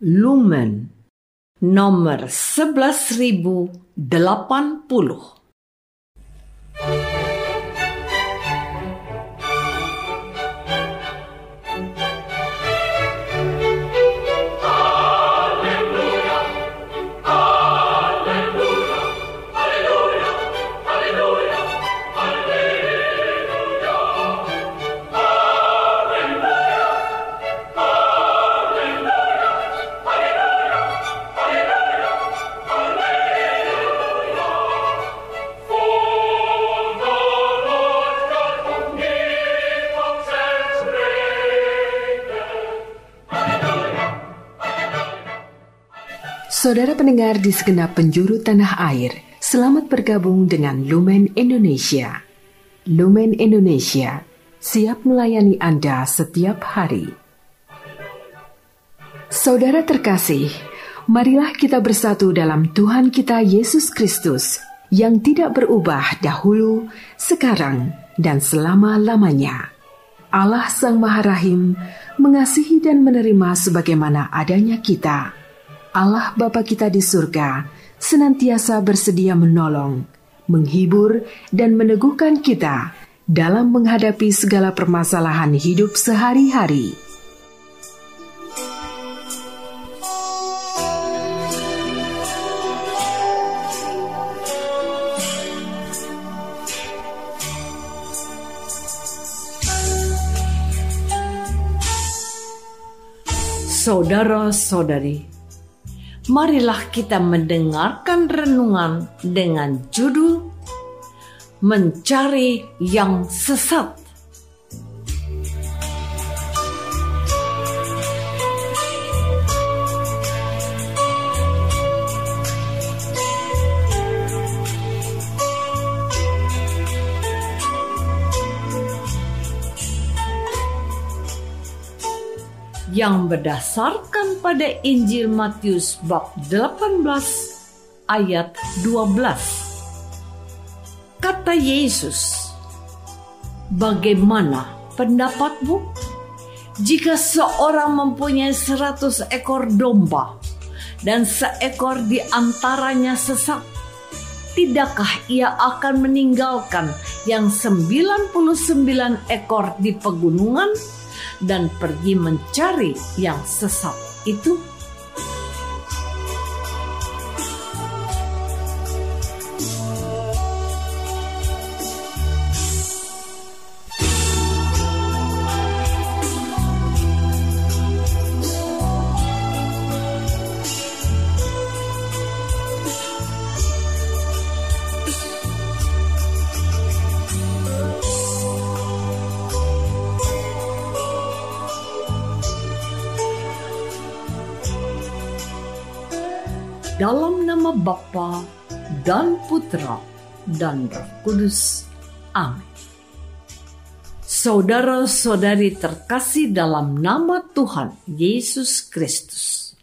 Lumen nomor 11.080. Saudara pendengar di segenap penjuru tanah air, selamat bergabung dengan Lumen Indonesia. Lumen Indonesia siap melayani Anda setiap hari. Saudara terkasih, marilah kita bersatu dalam Tuhan kita Yesus Kristus yang tidak berubah dahulu, sekarang, dan selama-lamanya. Allah Sang Maha Rahim mengasihi dan menerima sebagaimana adanya kita. Allah Bapa kita di surga senantiasa bersedia menolong, menghibur, dan meneguhkan kita dalam menghadapi segala permasalahan hidup sehari-hari. Saudara-saudari, marilah kita mendengarkan renungan dengan judul Mencari yang Sesat. Yang berdasarkan pada Injil Matius bab 18 ayat 12. Kata Yesus, "Bagaimana pendapatmu? Jika seorang mempunyai 100 ekor domba dan seekor di antaranya sesat, tidakkah ia akan meninggalkan yang 99 ekor di pegunungan dan pergi mencari yang sesat itu?" Dalam nama Bapa dan Putra dan Roh Kudus. Amin. Saudara-saudari terkasih dalam nama Tuhan Yesus Kristus.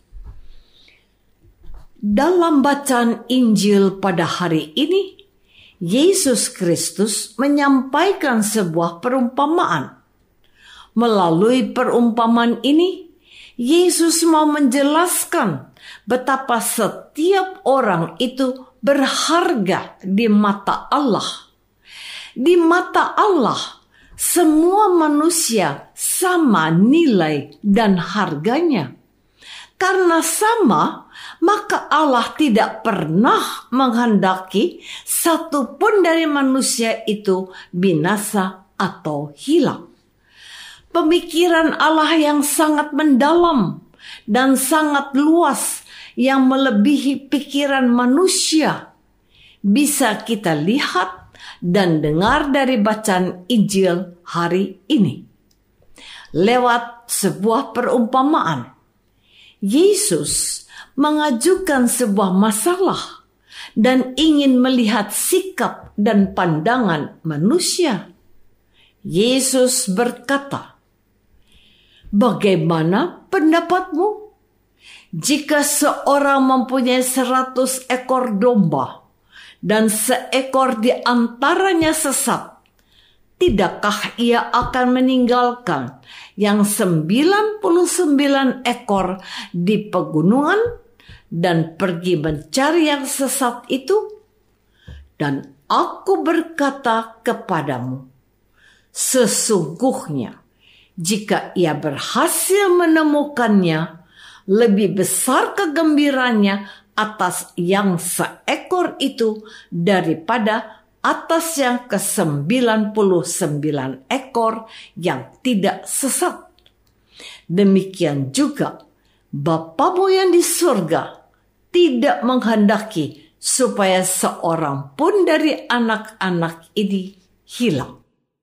Dalam bacaan Injil pada hari ini, Yesus Kristus menyampaikan sebuah perumpamaan. Melalui perumpamaan ini, Yesus mau menjelaskan betapa setiap orang itu berharga di mata Allah. Di mata Allah, semua manusia sama nilai dan harganya. Karena sama, maka Allah tidak pernah menghendaki satupun dari manusia itu binasa atau hilang. Pemikiran Allah yang sangat mendalam dan sangat luas yang melebihi pikiran manusia bisa kita lihat dan dengar dari bacaan Injil hari ini. Lewat sebuah perumpamaan, Yesus mengajukan sebuah masalah dan ingin melihat sikap dan pandangan manusia. Yesus berkata, "Bagaimana pendapatmu? Jika seorang mempunyai 100 ekor domba dan seekor di antaranya sesat, tidakkah ia akan meninggalkan yang 99 ekor di pegunungan dan pergi mencari yang sesat itu? Dan aku berkata kepadamu, sesungguhnya jika ia berhasil menemukannya, lebih besar kegembiranya atas yang seekor itu daripada atas yang ke-99 ekor yang tidak sesat. Demikian juga Bapamu yang di surga tidak menghendaki supaya seorang pun dari anak-anak ini hilang.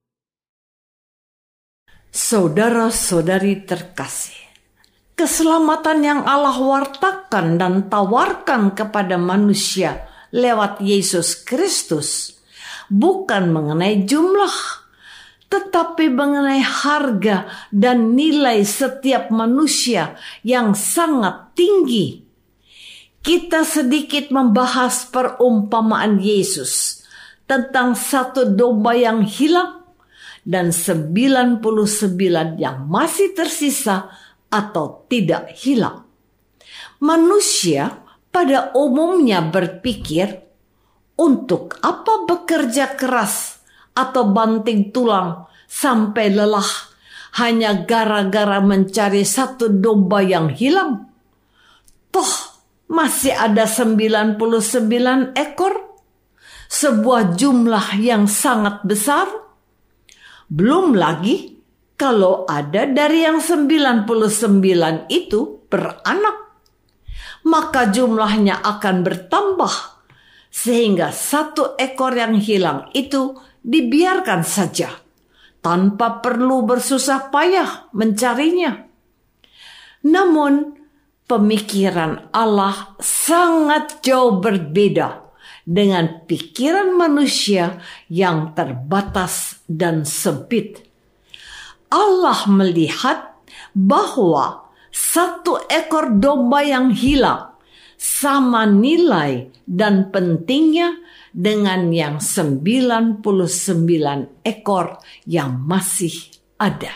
Saudara-saudari terkasih, keselamatan yang Allah wartakan dan tawarkan kepada manusia lewat Yesus Kristus bukan mengenai jumlah, tetapi mengenai harga dan nilai setiap manusia yang sangat tinggi. Kita sedikit membahas perumpamaan Yesus tentang satu domba yang hilang dan 99 yang masih tersisa atau tidak hilang. Manusia pada umumnya berpikir, untuk apa bekerja keras atau banting tulang sampai lelah hanya gara-gara mencari satu domba yang hilang? Toh masih ada 99 ekor, sebuah jumlah yang sangat besar. Belum lagi kalau ada dari yang 99 itu beranak, maka jumlahnya akan bertambah sehingga satu ekor yang hilang itu dibiarkan saja tanpa perlu bersusah payah mencarinya. Namun pemikiran Allah sangat jauh berbeda dengan pikiran manusia yang terbatas dan sempit. Allah melihat bahwa satu ekor domba yang hilang sama nilai dan pentingnya dengan yang 99 ekor yang masih ada.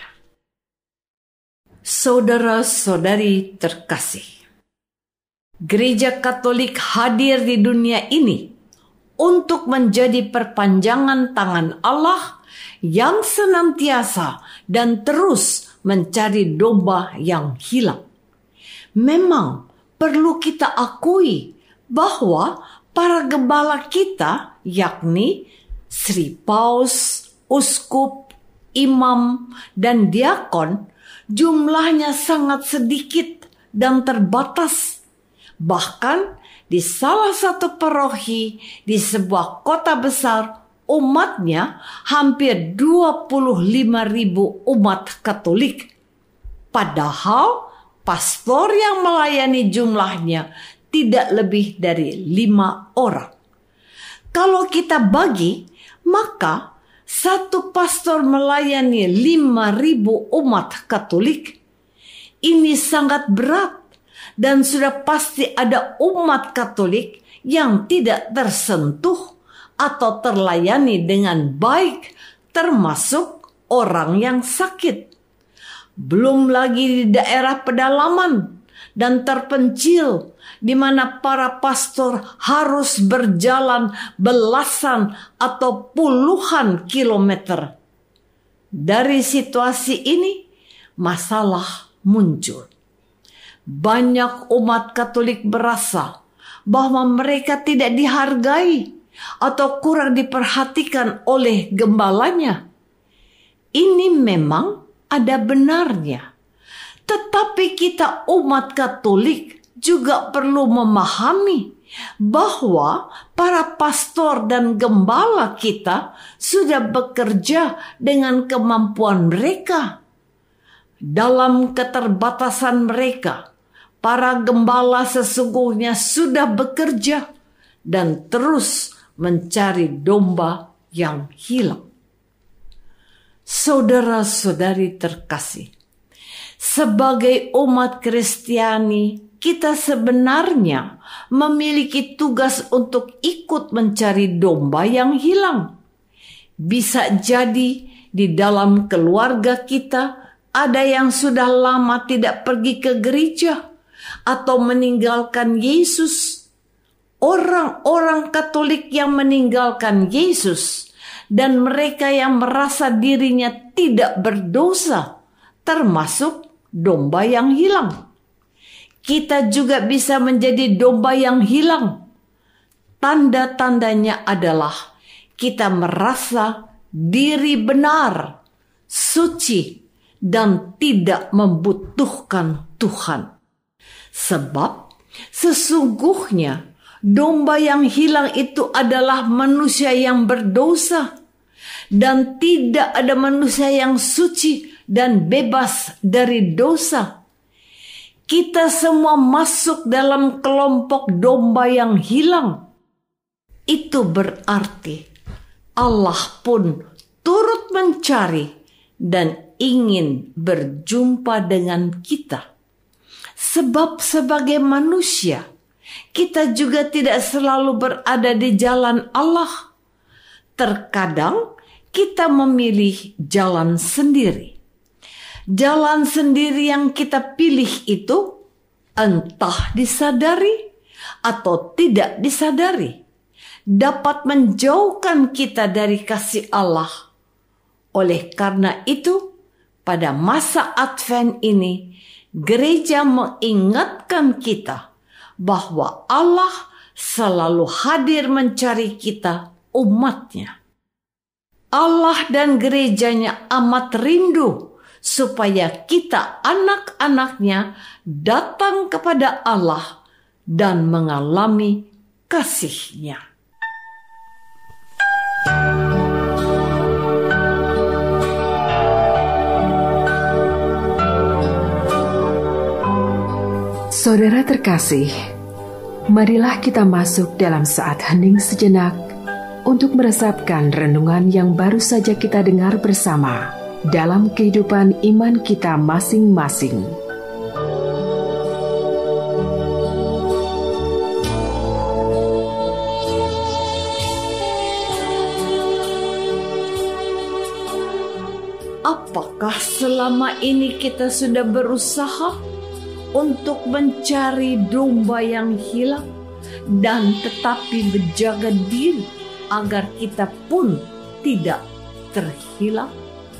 Saudara-saudari terkasih, Gereja Katolik hadir di dunia ini untuk menjadi perpanjangan tangan Allah yang senantiasa dan terus mencari domba yang hilang. Memang perlu kita akui bahwa para gembala kita, yakni Sri Paus, uskup, imam, dan diakon, jumlahnya sangat sedikit dan terbatas. Bahkan di salah satu paroki di sebuah kota besar, umatnya hampir 25.000 umat Katolik. Padahal pastor yang melayani jumlahnya tidak lebih dari 5 orang. Kalau kita bagi, maka satu pastor melayani 5.000 umat Katolik. Ini sangat berat. Dan sudah pasti ada umat Katolik yang tidak tersentuh atau terlayani dengan baik, termasuk orang yang sakit. Belum lagi di daerah pedalaman dan terpencil, di mana para pastor harus berjalan belasan atau puluhan kilometer. Dari situasi ini, masalah muncul. Banyak umat Katolik merasa bahwa mereka tidak dihargai atau kurang diperhatikan oleh gembalanya. Ini memang ada benarnya. Tetapi kita umat Katolik juga perlu memahami bahwa para pastor dan gembala kita sudah bekerja dengan kemampuan mereka. Dalam keterbatasan mereka, para gembala sesungguhnya sudah bekerja dan terus mencari domba yang hilang. Saudara-saudari terkasih, sebagai umat Kristiani, kita sebenarnya memiliki tugas untuk ikut mencari domba yang hilang. Bisa jadi di dalam keluarga kita, ada yang sudah lama tidak pergi ke gereja atau meninggalkan Yesus. Orang-orang Katolik yang meninggalkan Yesus dan mereka yang merasa dirinya tidak berdosa, termasuk domba yang hilang. Kita juga bisa menjadi domba yang hilang. Tanda-tandanya adalah kita merasa diri benar, suci, dan tidak membutuhkan Tuhan. Sebab sesungguhnya domba yang hilang itu adalah manusia yang berdosa, dan tidak ada manusia yang suci dan bebas dari dosa. Kita semua masuk dalam kelompok domba yang hilang. Itu berarti Allah pun turut mencari dan ingin berjumpa dengan kita. Sebab sebagai manusia, kita juga tidak selalu berada di jalan Allah. Terkadang kita memilih jalan sendiri. Jalan sendiri yang kita pilih itu entah disadari atau tidak disadari, dapat menjauhkan kita dari kasih Allah. Oleh karena itu, pada masa Advent ini, gereja mengingatkan kita bahwa Allah selalu hadir mencari kita, umatnya. Allah dan gerejanya amat rindu supaya kita anak-anaknya datang kepada Allah dan mengalami kasih-Nya. Saudara terkasih, marilah kita masuk dalam saat hening sejenak untuk meresapkan renungan yang baru saja kita dengar bersama dalam kehidupan iman kita masing-masing. Apakah selama ini kita sudah berusaha untuk mencari domba yang hilang dan tetapi berjaga diri agar kita pun tidak terhilang?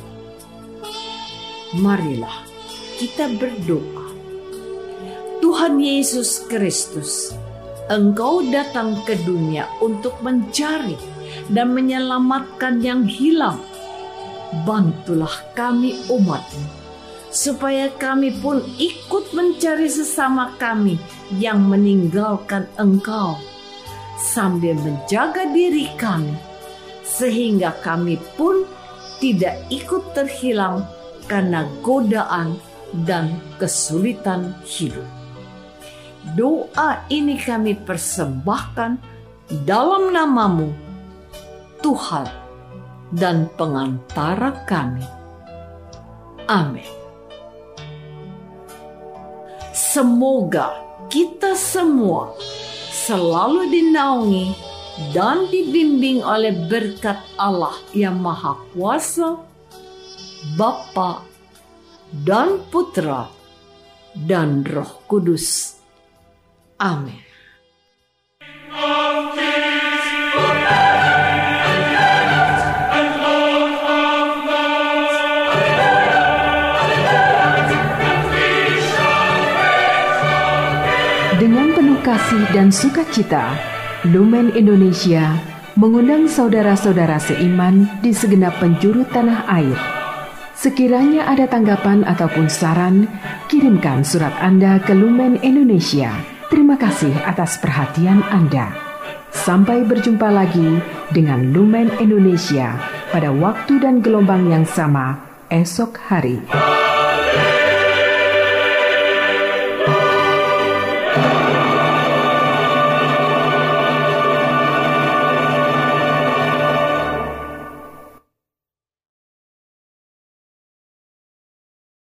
Marilah kita berdoa. Tuhan Yesus Kristus, Engkau datang ke dunia untuk mencari dan menyelamatkan yang hilang. Bantulah kami umat-Mu, supaya kami pun ikut mencari sesama kami yang meninggalkan Engkau, sambil menjaga diri kami, sehingga kami pun tidak ikut terhilang karena godaan dan kesulitan hidup. Doa ini kami persembahkan dalam nama-Mu, Tuhan dan pengantara kami. Amin. Semoga kita semua selalu dinaungi dan dibimbing oleh berkat Allah yang Maha Kuasa, Bapa dan Putra dan Roh Kudus. Amin. Dengan penuh kasih dan sukacita, Lumen Indonesia mengundang saudara-saudara seiman di segenap penjuru tanah air. Sekiranya ada tanggapan ataupun saran, kirimkan surat Anda ke Lumen Indonesia. Terima kasih atas perhatian Anda. Sampai berjumpa lagi dengan Lumen Indonesia pada waktu dan gelombang yang sama esok hari.